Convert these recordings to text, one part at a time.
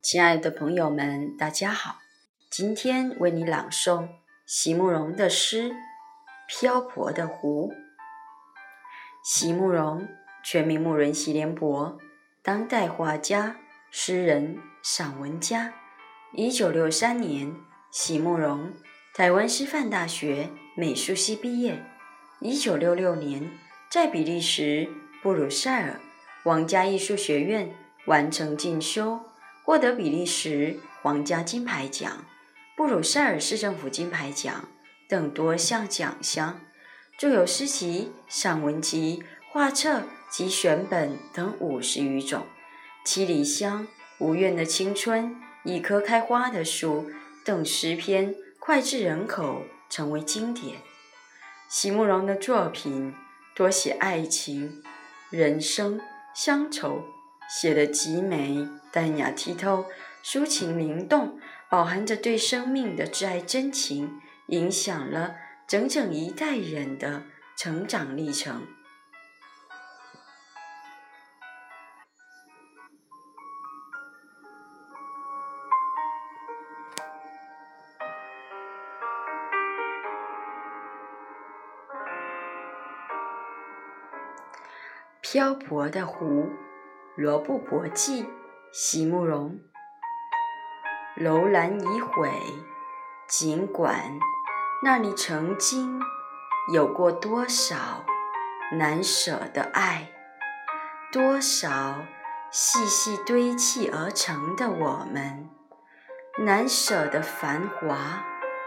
亲爱的朋友们，大家好，今天为你朗诵席慕容的诗《漂泊的湖》。席慕容，全名慕人席联博，当代画家、诗人、散文家。1963年，席慕容台湾师范大学美术系毕业。1966年，在比利时布鲁塞尔皇家艺术学院完成进修，获得比利时皇家金牌奖、布鲁塞尔市政府金牌奖等多项奖项，著有诗集、散文集、画册及选本等50余种。七里香、无怨的青春、一棵开花的树等诗篇脍炙人口，成为经典。席慕容的作品多写爱情、人生、乡愁，写得极美、淡雅剔透，抒情灵动，饱含着对生命的挚爱真情，影响了整整一代人的成长历程。漂泊的湖，罗布泊记，席慕容。楼兰已毁，尽管那里曾经有过多少难舍的爱，多少细细堆砌而成的我们，难舍的繁华。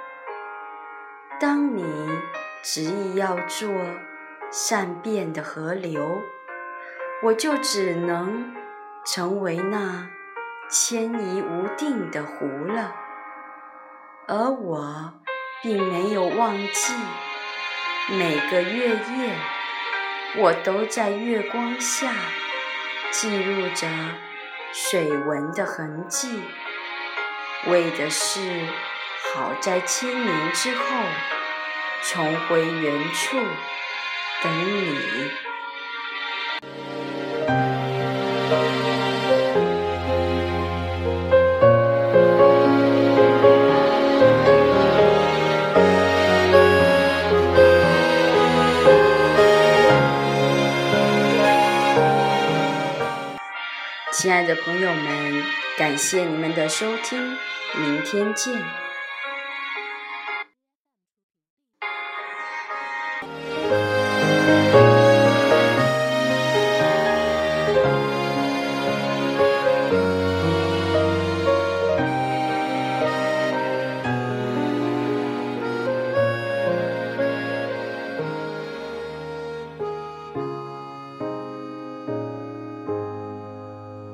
当你执意要做善变的河流，我就只能成为那迁移无定的湖了。而我并没有忘记，每个月夜我都在月光下记录着水纹的痕迹，为的是好在千年之后重回原处等你。亲爱的朋友们，感谢你们的收听，明天见。